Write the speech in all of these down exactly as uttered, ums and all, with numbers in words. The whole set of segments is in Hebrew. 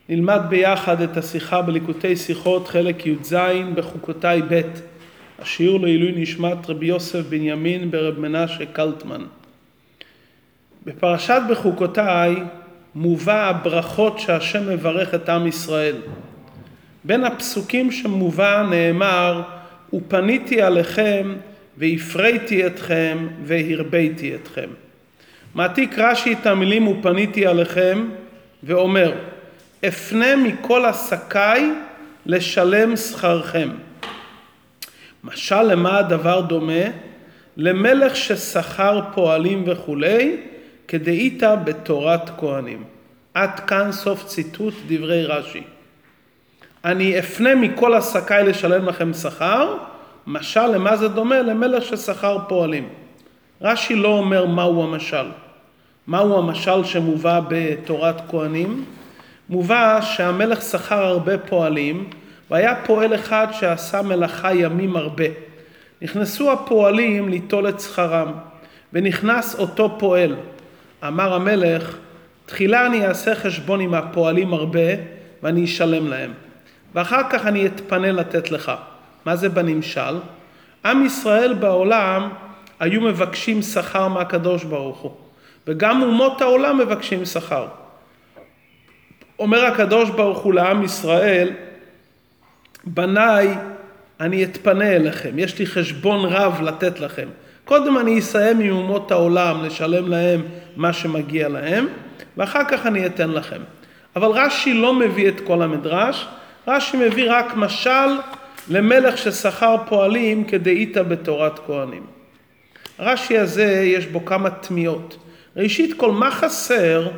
נלמד ביחד את השיחה בליקוטי שיחות חלק י"ז בחוקותיי ב', השיעור לעילוי נשמת רבי יוסף בנימין ברב מנשה קלטמן. בפרשת בחוקותיי מובא הברכות שהשם מברך את עם ישראל. בין הפסוקים שמובא נאמר, ופניתי עליכם והפריתי אתכם והרביתי אתכם. מעתיק רש"י את המילים ופניתי עליכם ואומר, אפנה מכל עסקיי לשלם שכרכם. משל למה הדבר דומה? למלך ששכר פועלים וכולי, כדאיתא בתורת כהנים. עד כאן סוף ציטוט דברי רש"י. אני אפנה מכל עסקיי לשלם לכם שכר, משל למה זה דומה? למלך ששכר פועלים. רש"י לא אומר מהו המשל. מהו המשל שמובא בתורת כהנים? מובא שהמלך שכר הרבה פועלים, והיה פועל אחד שעשה מלאכה ימים הרבה. נכנסו הפועלים ליטול את שכרם, ונכנס אותו פועל. אמר המלך, תחילה אני אעשה חשבון עם הפועלים הרבה, ואני אשלם להם. ואחר כך אני אתפנה לתת לך. מה זה בנמשל? עם ישראל בעולם היו מבקשים שכר מהקדוש ברוך הוא. וגם אומות העולם מבקשים שכר. אומר הקדוש ברוך הוא לעם ישראל, בניי אני אתפנה אליכם, יש לי חשבון רב לתת לכם. קודם אני אסיים עם אומות העולם, לשלם להם מה שמגיע להם, ואחר כך אני אתן לכם. אבל רש"י לא מביא את כל המדרש, רש"י מביא רק משל למלך ששכר פועלים כדאיתא בתורת כהנים. רש"י הזה יש בו כמה תמיהות. ראשית כל, מה חסר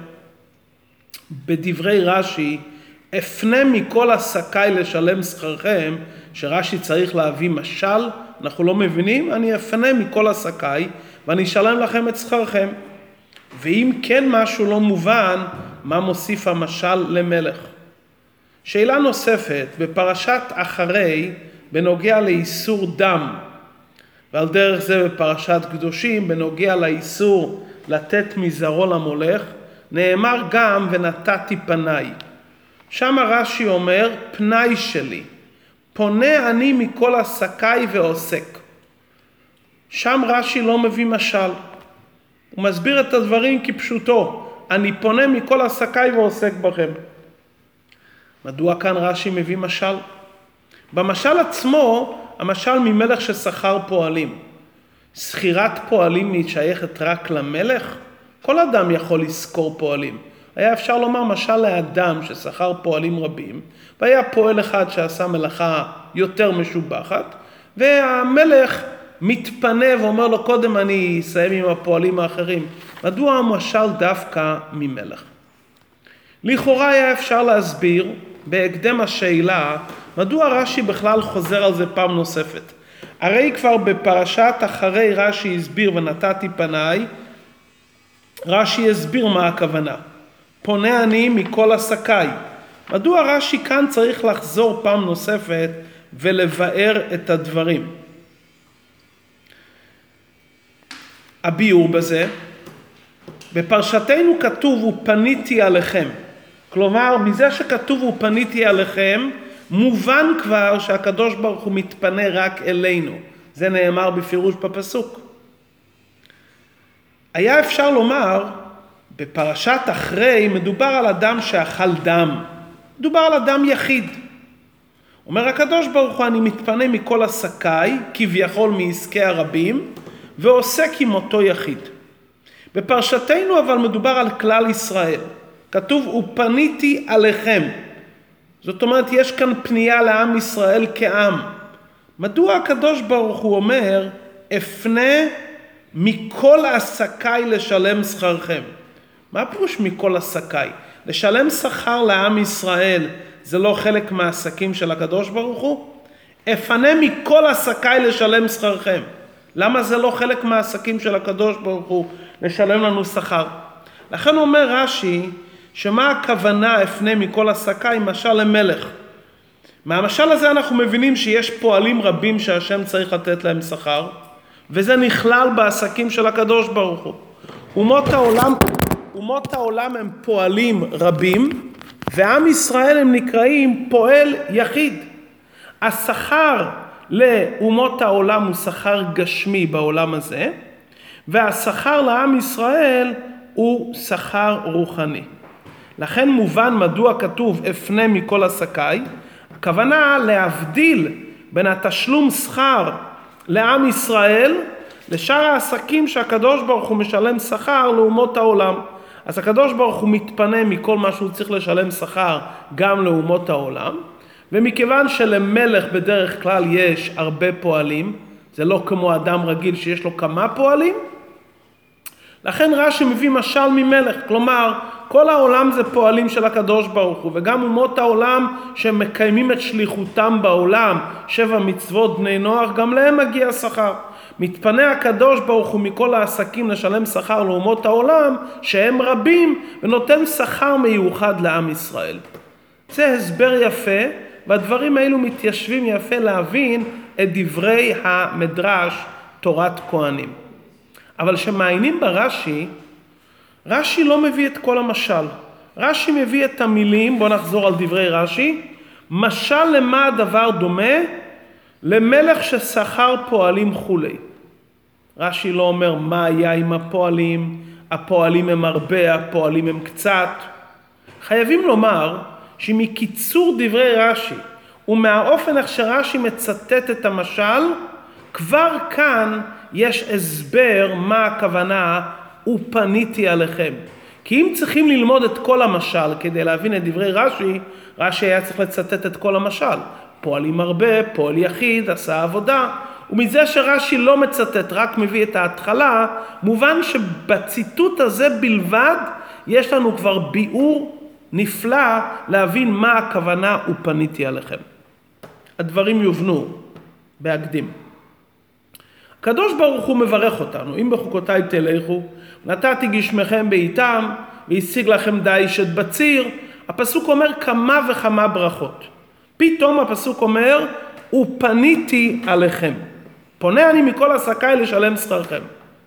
בדברי רש"י, אפנה מכל עסקיי לשלם שכרכם, שרש"י צריך להביא משל, אנחנו לא מבינים, אני אפנה מכל עסקיי ואני אשלם לכם את שכרכם. ואם כן משהו לא מובן, מה מוסיף המשל למלך? שאלה נוספת, בפרשת אחרי, בנוגע לאיסור דם, ועל דרך זה בפרשת קדושים, בנוגע לאיסור לתת מזרעו למולך, נאמר גם ונתתי פניי. שם רש"י אומר, פניי שלי, פונה אני מכל עסקיי ועוסק. שם רש"י לא מביא משל. הוא מסביר את הדברים כפשוטו, אני פונה מכל עסקיי ועוסק בכם. מדוע כאן רש"י מביא משל? במשל עצמו, המשל ממלך ששכר פועלים. שכירת פועלים מתשייכת רק למלך? כל אדם יכול לשכור פועלים. היה אפשר לומר משל לאדם ששכר פועלים רבים, והיה פועל אחד שעשה מלאכה יותר משובחת, והמלך מתפנה ואומר לו, קודם אני אסיים עם הפועלים האחרים. מדוע המשל דווקא ממלך? לכאורה היה אפשר להסביר, בהקדם השאלה, מדוע רש"י בכלל חוזר על זה פעם נוספת. הרי כבר בפרשת אחרי רש"י הסביר ונתתי פניי, רש"י הסביר מה הכוונה. פונה אני מכל עסקיי. מדוע רש"י כאן צריך לחזור פעם נוספת ולבאר את הדברים? הביאור בזה, בפרשתנו כתוב ופניתי עליכם. כלומר, מזה שכתוב ופניתי עליכם, מובן כבר שהקדוש ברוך הוא מתפנה רק אלינו. זה נאמר בפירוש בפסוק. היה אפשר לומר, בפרשת אחרי מדובר על אדם שאכל דם. מדובר על אדם יחיד. אומר הקדוש ברוך הוא, אני מתפנה מכל עסקיי, כביכול מעסקי הרבים, ועוסק עם אותו יחיד. בפרשתנו אבל מדובר על כלל ישראל. כתוב, ופניתי עליכם. זאת אומרת, יש כאן פנייה לעם ישראל כעם. מדוע הקדוש ברוך הוא אומר, אפנה מכל עסקיי לשלם שכרכם? מה פירוש מכל עסקיי? לשלם שכר לעם ישראל זה לא חלק מהעסקים של הקדוש ברוך הוא? אפנה מכל עסקיי לשלם שכרכם. למה זה לא חלק מהעסקים של הקדוש ברוך הוא לשלם לנו שכר? לכן אומר רש"י, שמה הכוונה אפנה מכל עסקיי? משל למלך. מהמשל הזה אנחנו מבינים שיש פועלים רבים שהשם צריך לתת להם שכר, וזה נכלל בעסקים של הקדוש ברוך הוא. אומות העולם, אומות העולם הם פועלים רבים, ועם ישראל הם נקראים פועל יחיד. השכר לאומות העולם הוא שכר גשמי בעולם הזה, והשכר לעם ישראל הוא שכר רוחני. לכן מובן מדוע כתוב אפנה מכל עסקיי, הכוונה להבדיל בין התשלום שכר לעם ישראל לשאר העסקים שהקדוש ברוך הוא משלם שכר לאומות העולם. אז הקדוש ברוך הוא מתפנה מכל מה שהוא צריך לשלם שכר גם לאומות העולם, ומכיוון שלמלך בדרך כלל יש הרבה פועלים, זה לא כמו אדם רגיל שיש לו כמה פועלים, לכן רש"י מביא משל ממלך, כלומר כל העולם זה פועלים של הקדוש ברוך הוא, וגם אומות העולם שמקיימים את שליחותם בעולם, שבע מצוות בני נוח, גם להם מגיע שכר. מתפנה הקדוש ברוך הוא מכל העסקים לשלם שכר לאומות העולם שהם רבים, ונותן שכר מיוחד לעם ישראל. זה הסבר יפה, והדברים האלו מתיישבים יפה להבין את דברי המדרש תורת כהנים. אבל שמעיינים ברש"י, רש"י לא מביא את כל המשל. רש"י מביא את המילים, בואו נחזור על דברי רש"י, משל למה הדבר דומה? למלך ששכר פועלים חולי. רש"י לא אומר מה היה עם הפועלים, הפועלים הם הרבה, הפועלים הם קצת. חייבים לומר שמקיצור דברי רש"י ומהאופן איך שרש"י מצטט את המשל, כבר כאן יש הסבר מה הכוונה ופניתי עליכם. כי אם צריכים ללמוד את כל המשל כדי להבין את דברי רש"י, רש"י היה צריך לצטט את כל המשל. פועלים הרבה, פועל יחיד, עשה עבודה, ומזה שרש"י לא מצטט, רק מביא את ההתחלה, מובן שבציטוט הזה בלבד יש לנו כבר ביאור נפלא להבין מה הכוונה ופניתי עליכם. הדברים יובנו בהקדים. הקדוש ברוך הוא מברך אותנו, אם בחוקותיי תלכו, נתתי גשמכם בעיתם, והשיג לכם דיש את בציר. הפסוק אומר כמה וכמה ברכות. פתאום הפסוק אומר, ופניתי עליכם. פונה אני מכל עסקיי לשלם שכרכם.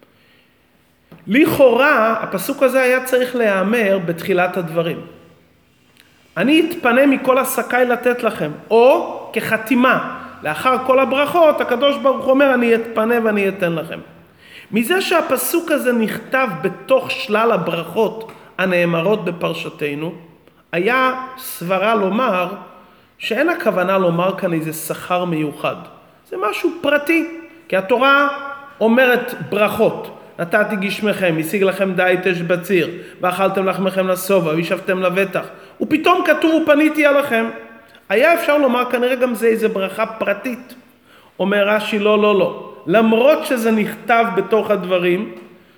לכאורה, הפסוק הזה היה צריך להיאמר בתחילת הדברים. אני אתפנה מכל עסקיי לתת לכם, או כחתימה. לאחר כל הברכות, הקדוש ברוך הוא אומר, אני אתפנה ואני אתן לכם. מזה שהפסוק הזה נכתב בתוך שלל הברכות הנאמרות בפרשתנו, היה סברה לומר שאין הכוונה לומר כאן איזה שכר מיוחד. זה משהו פרטי, כי התורה אומרת ברכות. נתתי גשמכם, השיג לכם דיש בציר, ואכלתם לחמכם לשובע, וישבתם לבטח. ופתאום כתוב ופניתי עליכם. היה אפשר לומר כנראה גם זה איזה ברכה פרטית. אומר רש"י לא, לא, לא. למרות שזה נכתב בתוך הדברים,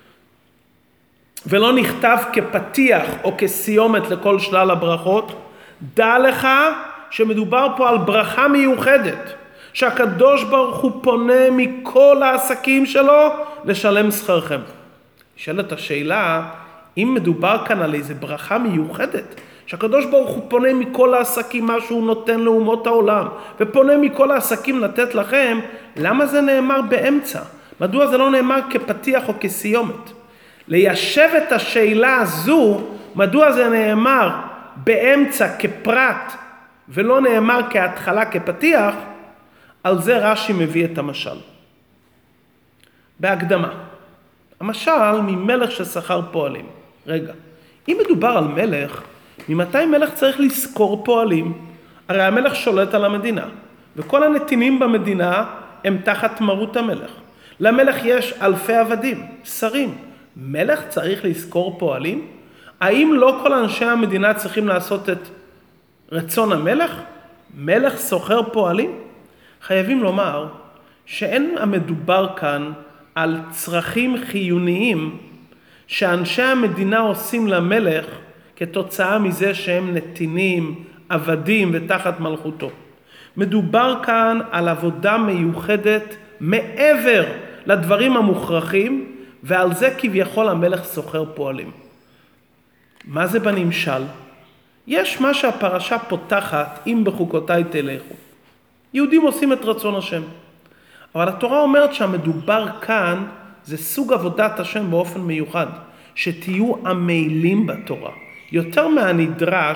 ולא נכתב כפתיח או כסיומת לכל שלל הברכות, דע לך שמדובר פה על ברכה מיוחדת, שהקדוש ברוך הוא פונה מכל העסקים שלו לשלם שכרכם. נשאלת השאלה, אם מדובר כאן על איזה ברכה מיוחדת, שהקדוש ברוך הוא פונה מכל העסקים מה שהוא נותן לאומות העולם, ופונה מכל העסקים לתת לכם, למה זה נאמר באמצע? מדוע זה לא נאמר כפתיח או כסיומת? ליישב את השאלה הזו, מדוע זה נאמר באמצע כפרט, ולא נאמר כהתחלה כפתיח, על זה רש"י מביא את המשל. בהקדמה, המשל ממלך ששכר פועלים. רגע, אם מדובר על מלך, ממתי מלך צריך לזכור פועלים? הרי המלך שולט על המדינה, וכל הנתינים במדינה הם תחת מרות המלך. למלך יש אלפי עבדים, שרים. מלך צריך לזכור פועלים? האם לא כל אנשי המדינה צריכים לעשות את רצון המלך? מלך סוחר פועלים? חייבים לומר שאין המדובר כאן על צרכים חיוניים שאנשי המדינה עושים למלך כתוצאה מזה שהם נתינים, עבדים ותחת מלכותו. מדובר כאן על עבודה מיוחדת מעבר לדברים המוכרחים, ועל זה כביכול המלך סוחר פועלים. מה זה בנמשל? יש מה שהפרשה פותחת, אם בחוקותיי תלכו. יהודים עושים את רצון השם. אבל התורה אומרת שהמדובר כאן זה סוג עבודת השם באופן מיוחד, שתהיו עמלים בתורה. יותר מהנדרש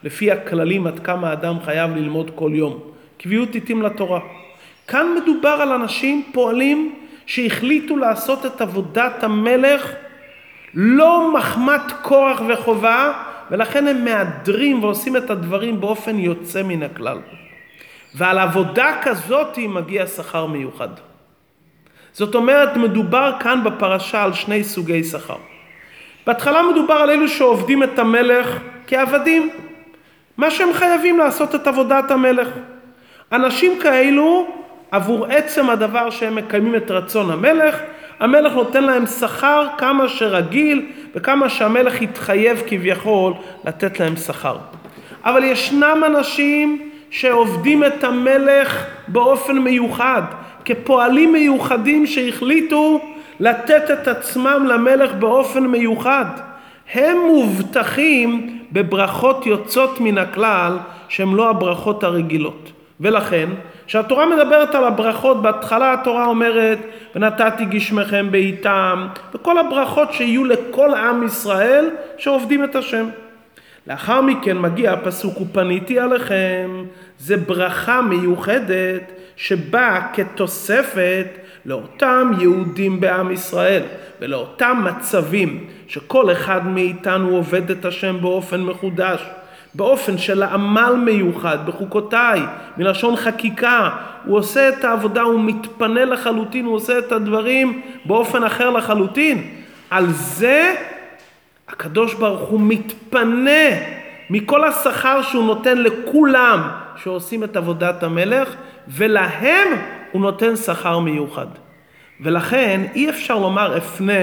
לפי הכללים עד כמה אדם חייב ללמוד כל יום. קביעות עיתים לתורה. כאן מדובר על אנשים פועלים שהחליטו לעשות את עבודת המלך לא מחמת כורח וחובה, ולכן הם מאדרים ועושים את הדברים באופן יוצא מן הכלל. ועל עבודה כזאת מגיע שכר מיוחד. זאת אומרת, מדובר כאן בפרשה על שני סוגי שכר. בהתחלה מדובר על אלו שעובדים את המלך כעבדים, מה שהם חייבים לעשות את עבודת המלך. אנשים כאלו, עבור עצם הדבר שהם מקיימים את רצון המלך, המלך נותן להם שכר כמה שרגיל וכמה שהמלך התחייב כביכול לתת להם שכר. אבל ישנם אנשים שעובדים את המלך באופן מיוחד, כפועלים מיוחדים שהחליטו לתת את עצמם למלך באופן מיוחד. הם מובטחים בברכות יוצאות מן הכלל שהן לא הברכות הרגילות. ולכן, כשהתורה מדברת על הברכות, בהתחלה התורה אומרת, ונתתי גשמכם בעיתם, וכל הברכות שיהיו לכל עם ישראל שעובדים את השם. לאחר מכן מגיע הפסוק, ופניתי עליכם, זה ברכה מיוחדת שבאה כתוספת לאותם יהודים בעם ישראל, ולאותם מצבים שכל אחד מאיתנו עובד את השם באופן מחודש, באופן של עמל מיוחד, בחוקותיי, מלשון חקיקה. הוא עושה את העבודה, הוא מתפנה לחלוטין, הוא עושה את הדברים באופן אחר לחלוטין. על זה הקדוש ברוך הוא מתפנה מכל השכר שהוא נותן לכולם שעושים את עבודת המלך, ולהם הוא נותן שכר מיוחד. ולכן אי אפשר לומר אפנה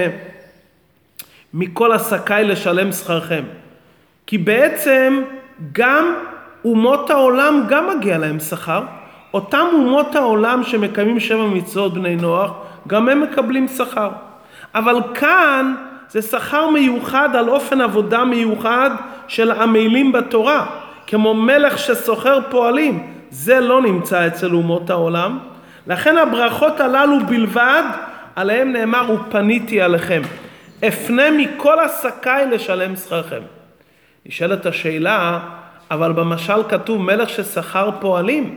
מכל עסקיי לשלם שכרכם. כי בעצם גם אומות העולם גם מגיע להם שכר. אותם אומות העולם שמקיימים שבע מצוות בני נוח, גם הם מקבלים שכר. אבל כאן זה שכר מיוחד על אופן עבודה מיוחד של עמלים בתורה. כמו מלך שסוחר פועלים. זה לא נמצא אצל אומות העולם. לכן הברכות הללו בלבד, עליהם נאמר, ופניתי עליכם. אפנה מכל עסקיי לשלם שכרכם. נשאלת השאלה, אבל במשל כתוב מלך ששכר פועלים.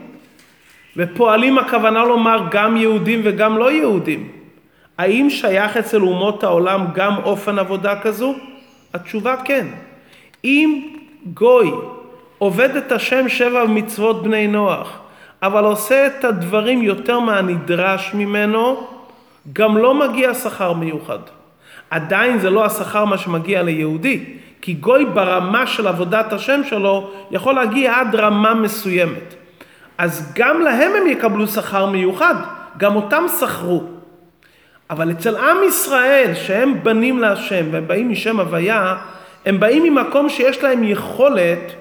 ופועלים הכוונה לומר גם יהודים וגם לא יהודים. האם שייך אצל אומות העולם גם אופן עבודה כזו? התשובה כן. אם גוי עובד את השם שבע מצוות בני נוח, אבל עושה את הדברים יותר מהנדרש ממנו, גם לא מגיע שכר מיוחד. עדיין זה לא השכר מה שמגיע ליהודי, כי גוי ברמה של עבודת השם שלו יכול להגיע עד רמה מסוימת. אז גם להם הם יקבלו שכר מיוחד, גם אותם שכרו. אבל אצל עם ישראל שהם בנים להשם והם באים משם הוויה, הם באים ממקום שיש להם יכולת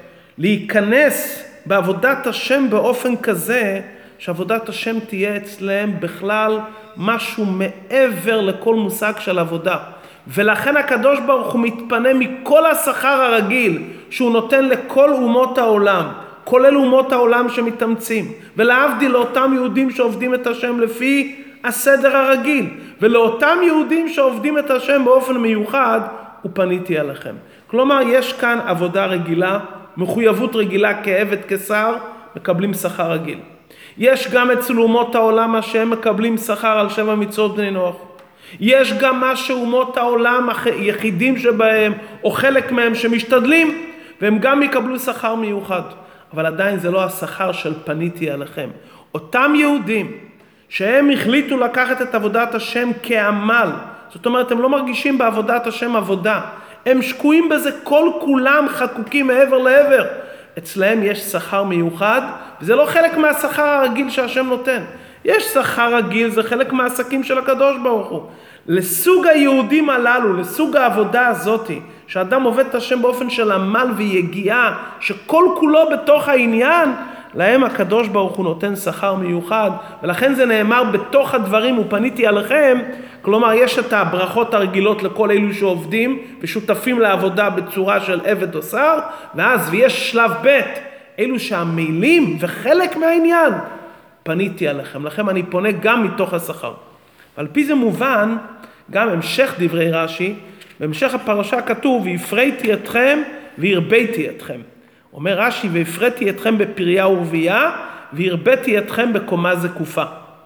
להיכנס בעבודת השם באופן כזה שעבודת השם תהיה אצלם בכלל משהו מעבר לכל מושג של עבודה. ולכן הקדוש ברוך הוא מתפנה מכל השכר הרגיל שהוא נותן לכל אומות העולם, כולל אומות העולם שמתאמצים, ולהבדיל לאותם יהודים שעובדים את השם לפי הסדר הרגיל, ולאותם יהודים שעובדים את השם באופן מיוחד, ופניתי עליכם. כלומר, יש כאן עבודה רגילה, מחויבות רגילה כעבד כשר, מקבלים שכר רגיל. יש גם אצל אומות העולם מה שהם מקבלים שכר על שבע מצוות בני נוח. יש גם מה שאומות העולם היחידים שבהם, או חלק מהם שמשתדלים, והם גם יקבלו שכר מיוחד. אבל עדיין זה לא השכר של פניתי עליכם. אותם יהודים שהם החליטו לקחת את עבודת השם כעמל, זאת אומרת, הם לא מרגישים בעבודת השם עבודה. הם שקועים בזה כל כולם חקוקים מעבר לעבר. אצלהם יש שכר מיוחד, וזה לא חלק מהשכר הרגיל שהשם נותן. יש שכר רגיל, זה חלק מהעסקים של הקדוש ברוך הוא. לסוג היהודים הללו, לסוג העבודה הזאת, שאדם עובד את השם באופן של עמל ויגיעה, שכל כולו בתוך העניין, להם הקדוש ברוך הוא נותן שכר מיוחד, ולכן זה נאמר בתוך הדברים ופניתי עליכם, כלומר יש את הברכות הרגילות לכל אלו שעובדים ושותפים לעבודה בצורה של עבד או שר, ואז ויש שלב ב' אלו שהמילים וחלק מהעניין, פניתי עליכם, לכם אני פונה גם מתוך השכר. על פי זה מובן, גם המשך דברי רש"י, בהמשך הפרשה כתוב, והפריתי אתכם והרביתי אתכם. אומר רש"י, והפרתי אתכם בפריה ורבייה, והרביתי אתכם בקומה זקופה.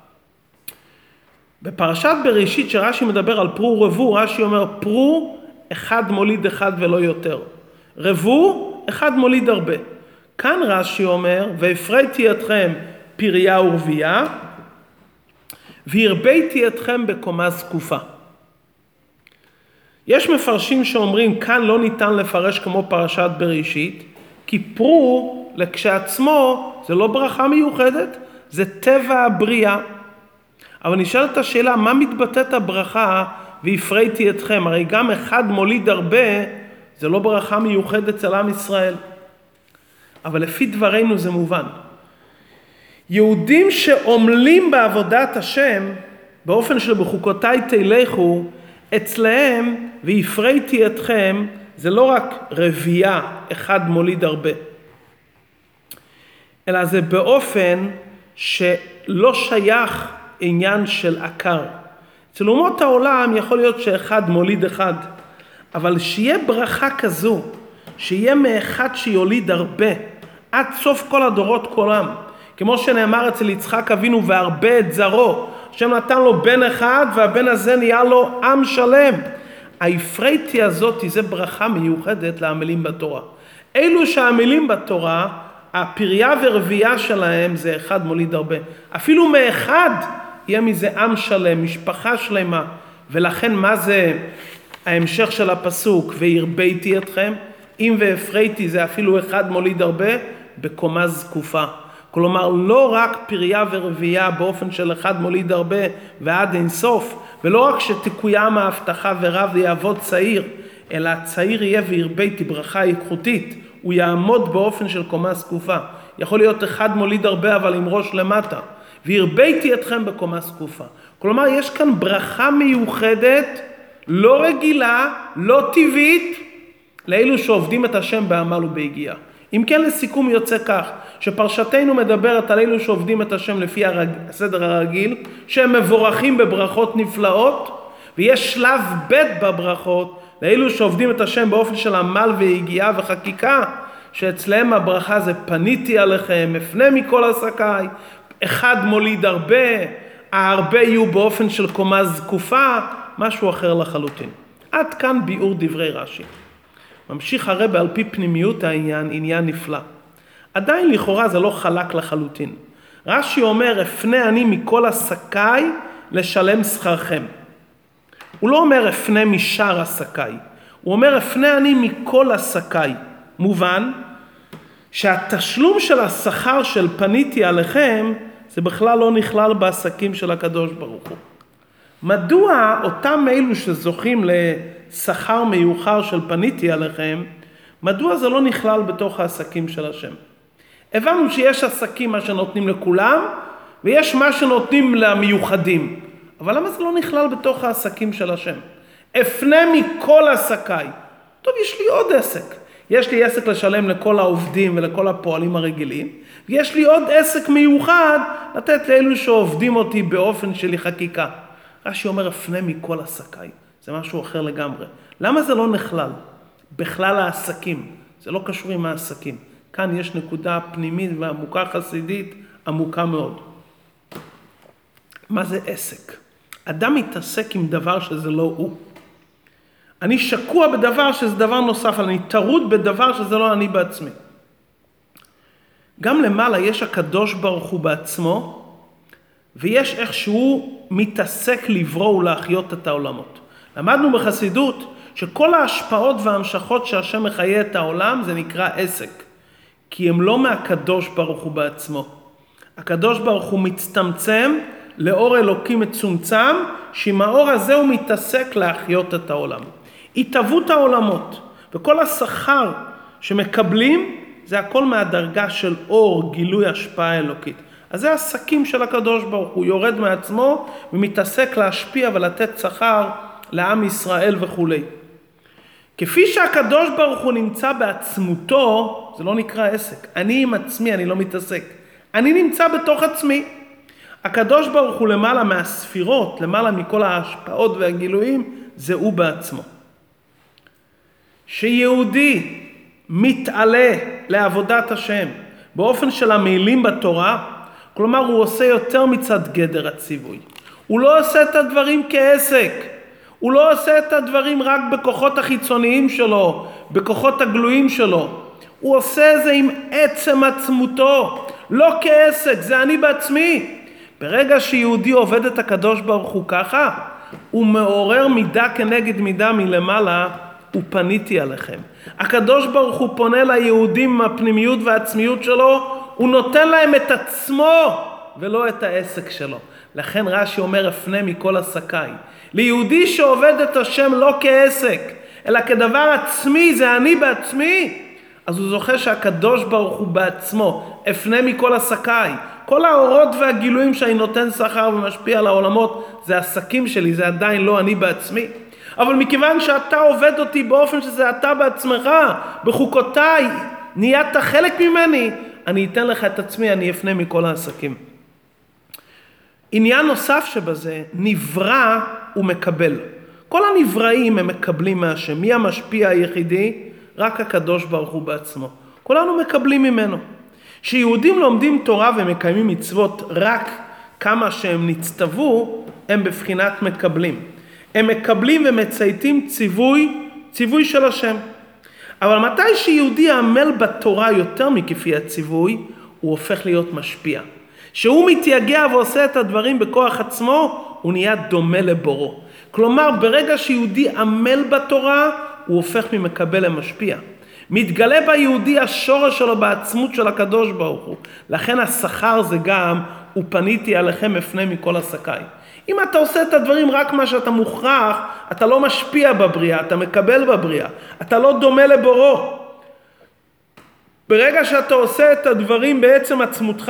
בפרשת בראשית שרש"י מדבר על פרו ורבו, רש"י אומר פרו אחד מוליד אחד ולא יותר. רבו אחד מוליד הרבה. כאן רש"י אומר, והפרתי אתכם פריה ורבייה, והרביתי אתכם בקומה זקופה. יש מפרשים שאומרים, כאן לא ניתן לפרש כמו פרשת בראשית, כי פרו לכשעצמו זה לא ברכה מיוחדת, זה טבע הבריאה. אבל נשאלת השאלה, מה מתבטאת הברכה והפרתי אתכם? הרי גם אחד מוליד הרבה, זה לא ברכה מיוחדת אצל עם ישראל. אבל לפי דברינו זה מובן. יהודים שעומלים בעבודת השם, באופן של בחוקותיי תלכו, אצלהם והפרתי אתכם, זה לא רק רבייה, אחד מוליד הרבה. אלא זה באופן שלא שייך עניין של עקר. אצל אומות העולם יכול להיות שאחד מוליד אחד, אבל שיהיה ברכה כזו, שיהיה מאחד שיוליד הרבה, עד סוף כל הדורות כולם. כמו שנאמר אצל יצחק אבינו, והרבה את זרעו. השם נתן לו בן אחד, והבן הזה נהיה לו עם שלם. ההפרתי הזאת זה ברכה מיוחדת לעמלים בתורה. אלו שעמלים בתורה, הפריה ורבייה שלהם זה אחד מוליד הרבה. אפילו מאחד יהיה מזה עם שלם, משפחה שלמה. ולכן מה זה ההמשך של הפסוק? והרביתי אתכם. אם והפרתי זה אפילו אחד מוליד הרבה, בקומה זקופה. כלומר, לא רק פריה ורבייה באופן של אחד מוליד הרבה ועד אין סוף, ולא רק שתקוים ההבטחה ורב יעבוד צעיר, אלא הצעיר יהיה והרביתי ברכה איכותית, הוא יעמוד באופן של קומה זקופה. יכול להיות אחד מוליד הרבה אבל עם ראש למטה, והרביתי אתכם בקומה זקופה. כלומר, יש כאן ברכה מיוחדת, לא רגילה, לא טבעית, לאלו שעובדים את השם בעמל וביגיעה. אם כן, לסיכום יוצא כך, שפרשתנו מדברת על אלו שעובדים את השם לפי הרג... הסדר הרגיל, שהם מבורכים בברכות נפלאות, ויש שלב ב' בברכות, לאלו שעובדים את השם באופן של עמל ויגיעה וחקיקה, שאצלהם הברכה זה פניתי עליכם, מפנה מכל עסקיי, אחד מוליד הרבה, ההרבה יהיו באופן של קומה זקופה, משהו אחר לחלוטין. עד כאן ביאור דברי רש"י. ממשיך הרב על פי פנימיות העניין, עניין נפלא. עדיין לכאורה זה לא חלק לחלוטין. רש"י אומר, אפנה אני מכל עסקיי לשלם שכרכם. הוא לא אומר אפנה משאר עסקיי, הוא אומר אפנה אני מכל עסקיי. מובן שהתשלום של השכר של פניתי עליכם, זה בכלל לא נכלל בעסקים של הקדוש ברוך הוא. מדוע אותם אלו שזוכים לשכר מיוחר של פניתי עליכם, מדוע זה לא נכלל בתוך העסקים של השם? הבנו שיש עסקים מה שנותנים לכולם, ויש מה שנותנים למיוחדים. אבל למה זה לא נכלל בתוך העסקים של השם? אפנה מכל עסקיי. טוב, יש לי עוד עסק. יש לי עסק לשלם לכל העובדים ולכל הפועלים הרגילים, ויש לי עוד עסק מיוחד לתת לאלו שעובדים אותי באופן שלי חקיקה. רש"י אומר, אפנה מכל עסקיי. זה משהו אחר לגמרי. למה זה לא נכלל? בכלל העסקים. זה לא קשור עם העסקים. כאן יש נקודה פנימית ועמוקה חסידית, עמוקה מאוד. מה זה עסק? אדם מתעסק עם דבר שזה לא הוא. אני שקוע בדבר שזה דבר נוסף, אני טרוד בדבר שזה לא אני בעצמי. גם למעלה יש הקדוש ברוך הוא בעצמו, ויש איך שהוא מתעסק לברוא ולהחיות את העולמות. למדנו בחסידות שכל ההשפעות וההמשכות שהשם מחיה את העולם זה נקרא עסק, כי הם לא מהקדוש ברוך הוא בעצמו. הקדוש ברוך הוא מצטמצם לאור אלוקים מצומצם, שעם האור הזה הוא מתעסק להחיות את העולם. התהוות העולמות וכל השכר שמקבלים זה הכל מהדרגה של אור, גילוי השפעה אלוקית. אז זה עסקים של הקדוש ברוך הוא, יורד מעצמו ומתעסק להשפיע ולתת שכר לעם ישראל וכו'. כפי שהקדוש ברוך הוא נמצא בעצמותו, זה לא נקרא עסק. אני עם עצמי, אני לא מתעסק. אני נמצא בתוך עצמי. הקדוש ברוך הוא למעלה מהספירות, למעלה מכל ההשפעות והגילויים, זה הוא בעצמו. שיהודי מתעלה לעבודת השם, באופן של המילים בתורה, כלומר הוא עושה יותר מצד גדר הציווי. הוא לא עושה את הדברים כעסק, הוא לא עושה את הדברים רק בכוחות החיצוניים שלו, בכוחות הגלויים שלו. הוא עושה את זה עם עצם עצמותו, לא כעסק, זה אני בעצמי. ברגע שיהודי עובד את הקדוש ברוך הוא ככה, הוא מעורר מידה כנגד מידה מלמעלה, ופניתי עליכם. הקדוש ברוך הוא פונה ליהודים עם הפנימיות והעצמיות שלו, הוא נותן להם את עצמו ולא את העסק שלו. לכן רש"י אומר הפנה מכל עסקיי. ליהודי שעובד את השם לא כעסק, אלא כדבר עצמי, זה אני בעצמי, אז הוא זוכה שהקדוש ברוך הוא בעצמו, הפנה מכל עסקיי. כל האורות והגילויים שאני נותן שכר ומשפיע על העולמות, זה עסקים שלי, זה עדיין לא אני בעצמי. אבל מכיוון שאתה עובד אותי באופן שזה אתה בעצמך, בחוקותיי, נהיית חלק ממני, אני אתן לך את עצמי, אני אפנה מכל העסקים. עניין נוסף שבזה, נברא ומקבל. כל הנבראים הם מקבלים מהשם. מי המשפיע היחידי? רק הקדוש ברוך הוא בעצמו. כולנו מקבלים ממנו. שיהודים לומדים תורה ומקיימים מצוות רק כמה שהם נצטוו, הם בבחינת מקבלים. הם מקבלים ומצייתים ציווי, ציווי של השם. אבל מתי שיהודי עמל בתורה יותר מכפי הציווי, הוא הופך להיות משפיע. שהוא מתייגע ועושה את הדברים בכוח עצמו, הוא נהיה דומה לבורו. כלומר, ברגע שיהודי עמל בתורה, הוא הופך ממקבל למשפיע. מתגלה ביהודי השורש שלו בעצמות של הקדוש ברוך הוא. לכן השכר זה גם, ופניתי עליכם אפנה מכל עסקיי. אם אתה עושה את הדברים רק מה שאתה מוכרח, אתה לא משפיע בבריאה, אתה מקבל בבריאה. אתה לא דומה לבורו. ברגע שאתה עושה את הדברים בעצם עצמותך,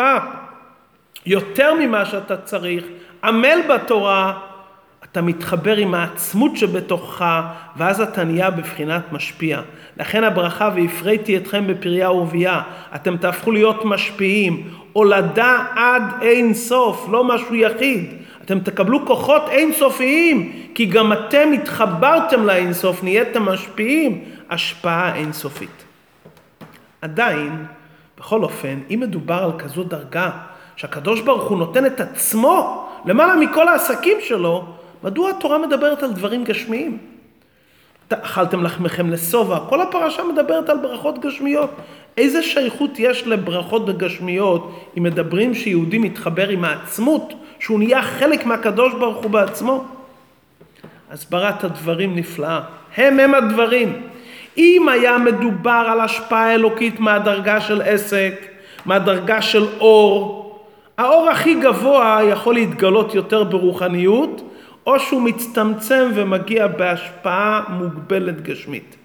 יותר ממה שאתה צריך, עמל בתורה, אתה מתחבר עם העצמות שבתוכך, ואז אתה נהיה בבחינת משפיע. לכן הברכה, והפריתי אתכם בפריה ורבייה, אתם תהפכו להיות משפיעים, הולדה עד אין סוף, לא משהו יחיד. אתם תקבלו כוחות אינסופיים, כי גם אתם התחברתם לאינסוף, נהייתם משפיעים, השפעה אינסופית. עדיין, בכל אופן, אם מדובר על כזו דרגה, שהקדוש ברוך הוא נותן את עצמו, למעלה מכל העסקים שלו, מדוע התורה מדברת על דברים גשמיים? אכלתם לחמכם לשובע, כל הפרשה מדברת על ברכות גשמיות. איזה שייכות יש לברכות בגשמיות, אם מדברים שיהודי מתחבר עם העצמות, שהוא נהיה חלק מהקדוש ברוך הוא בעצמו? הסברת הדברים נפלאה. הם הם הדברים. אם היה מדובר על השפעה אלוקית מהדרגה של עסק, מהדרגה של אור, האור הכי גבוה יכול להתגלות יותר ברוחניות, או שהוא מצטמצם ומגיע בהשפעה מוגבלת גשמית.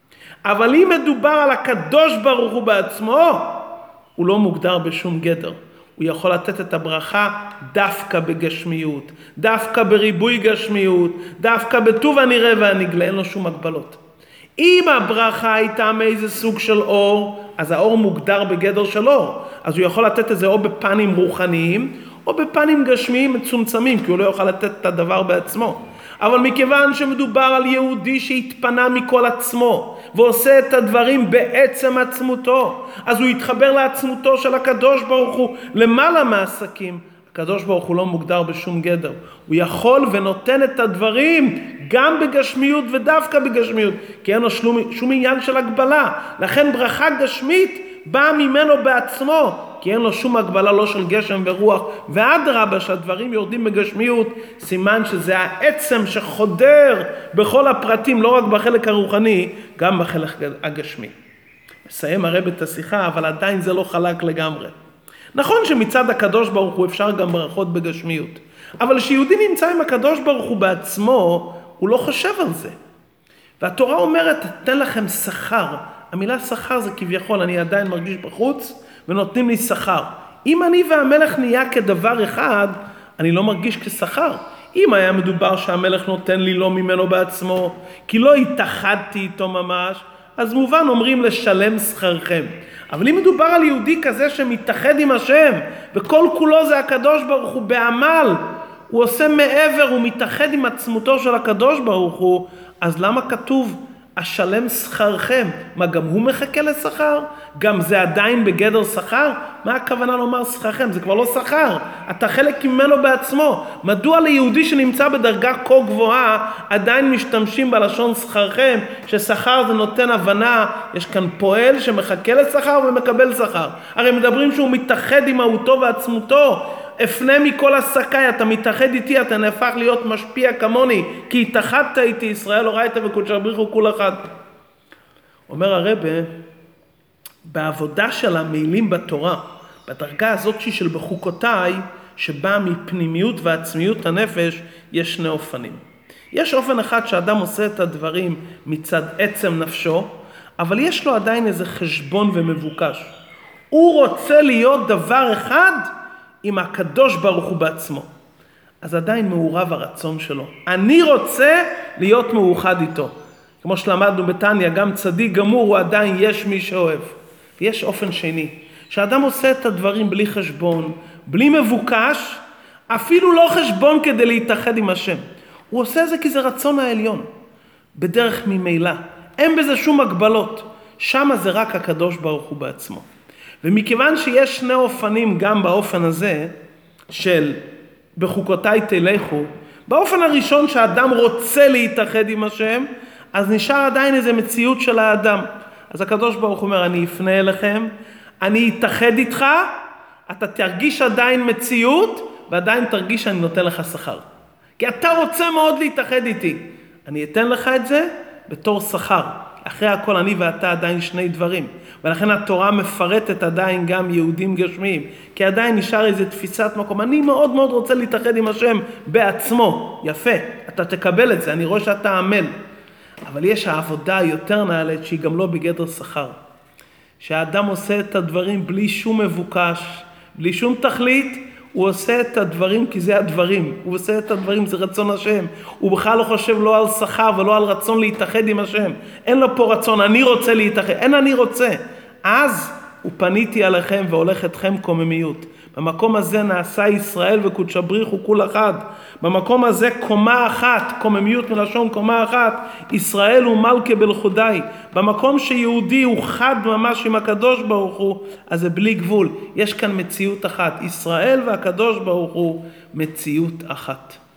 אבל אם מדובר על הקדוש ברוך הוא בעצמו, הוא לא מוגדר בשום גדר. הוא יכול לתת את הברכה דווקא בגשמיות, דווקא בריבוי גשמיות, דווקא בטוב הנראה והנגלה, אין לו שום הגבלות. אם הברכה הייתה מאיזה סוג של אור, אז האור מוגדר בגדר של אור. אז הוא יכול לתת את זה או בפנים רוחניים, או בפנים גשמיים מצומצמים, כי הוא לא יוכל לתת את הדבר בעצמו. אבל מכיוון שמדובר על יהודי שהתפנה מכל עצמו, ועושה את הדברים בעצם עצמותו, אז הוא יתחבר לעצמותו של הקדוש ברוך הוא למעלה מהעסקים. הקדוש ברוך הוא לא מוגדר בשום גדר. הוא יכול ונותן את הדברים גם בגשמיות ודווקא בגשמיות, כי אין לו שום, שום עניין של הגבלה. לכן ברכה גשמית באה ממנו בעצמו, כי אין לו שום הגבלה לא של גשם ורוח, ואדרבה שהדברים יורדים בגשמיות, סימן שזה העצם שחודר בכל הפרטים, לא רק בחלק הרוחני, גם בחלק הגשמי. מסיים הרב את השיחה, אבל עדיין זה לא חלק לגמרי. נכון שמצד הקדוש ברוך הוא אפשר גם ברכות בגשמיות, אבל שיהודי נמצא עם הקדוש ברוך הוא בעצמו, הוא לא חושב על זה. והתורה אומרת, תן לכם שכר. המילה שכר זה כביכול, אני עדיין מרגיש בחוץ, ונותנים לי שכר. אם אני והמלך נהיה כדבר אחד, אני לא מרגיש כשכר. אם היה מדובר שהמלך נותן לי לא ממנו בעצמו, כי לא התאחדתי איתו ממש, אז מובן אומרים לשלם שכרכם. אבל אם מדובר על יהודי כזה שמתאחד עם השם, וכל כולו זה הקדוש ברוך הוא בעמל, הוא עושה מעבר, הוא מתאחד עם עצמותו של הקדוש ברוך הוא, אז למה כתוב אשלם שכרכם. מה, גם הוא מחכה לשכר? גם זה עדיין בגדר שכר? מה הכוונה לומר שכרכם? זה כבר לא שכר, אתה חלק ממנו בעצמו. מדוע ליהודי שנמצא בדרגה כה גבוהה עדיין משתמשים בלשון שכרכם, ששכר זה נותן הבנה, יש כאן פועל שמחכה לשכר ומקבל שכר. הרי מדברים שהוא מתאחד עם מהותו ועצמותו. אפנה מכל עסקיי, אתה מתאחד איתי, אתה נהפך להיות משפיע כמוני, כי התאחדת איתי, ישראל אורייתא וקודשא בריך כל אחד. אומר הרב, בעבודה של המילים בתורה, בדרגה הזאת של בחוקותיי, שבאה מפנימיות ועצמיות הנפש, יש שני אופנים. יש אופן אחד שאדם עושה את הדברים מצד עצם נפשו, אבל יש לו עדיין איזה חשבון ומבוקש. הוא רוצה להיות דבר אחד עם הקדוש ברוך הוא בעצמו. אז עדיין מעורב הרצון שלו. אני רוצה להיות מאוחד איתו. כמו שלמדנו בתניא, גם צדיק גמור הוא עדיין יש מי שאוהב. ויש אופן שני, שאדם עושה את הדברים בלי חשבון, בלי מבוקש, אפילו לא חשבון כדי להתאחד עם השם. הוא עושה את זה כי זה רצון העליון, בדרך ממילא. אין בזה שום הגבלות. שם זה רק הקדוש ברוך הוא בעצמו. ומכיוון שיש שני אופנים גם באופן הזה, של בחוקותיי תלכו, באופן הראשון שהאדם רוצה להתאחד עם השם, אז נשאר עדיין איזו מציאות של האדם. אז הקדוש ברוך הוא אומר, אני אפנה אליכם, אני אתאחד איתך, אתה תרגיש עדיין מציאות, ועדיין תרגיש שאני נותן לך שכר. כי אתה רוצה מאוד להתאחד איתי. אני אתן לך את זה בתור שכר. אחרי הכל אני ואתה עדיין שני דברים. ולכן התורה מפרטת עדיין גם יהודים גשמיים. כי עדיין נשאר איזו תפיסת מקום. אני מאוד מאוד רוצה להתאחד עם השם בעצמו. יפה, אתה תקבל את זה, אני רואה שאתה עמל. אבל יש העבודה יותר נעלית שהיא גם לא בגדר שכר. שהאדם עושה את הדברים בלי שום מבוקש, בלי שום תכלית, הוא עושה את הדברים כי זה הדברים. הוא עושה את הדברים, זה רצון השם. הוא בכלל לא חושב לא על שכר ולא על רצון להתאחד עם השם. אין לו פה רצון, אני רוצה להתאחד. אין אני רוצה. אז הוא פניתי עליכם והולך אתכם קוממיות. במקום הזה נעשה ישראל וקודשא בריך הוא כול אחד. במקום הזה קומה אחת, קוממיות מלשון קומה אחת, ישראל הוא מלכה בלכודי. במקום שיהודי הוא חד ממש עם הקדוש ברוך הוא, אז זה בלי גבול. יש כאן מציאות אחת, ישראל והקדוש ברוך הוא מציאות אחת.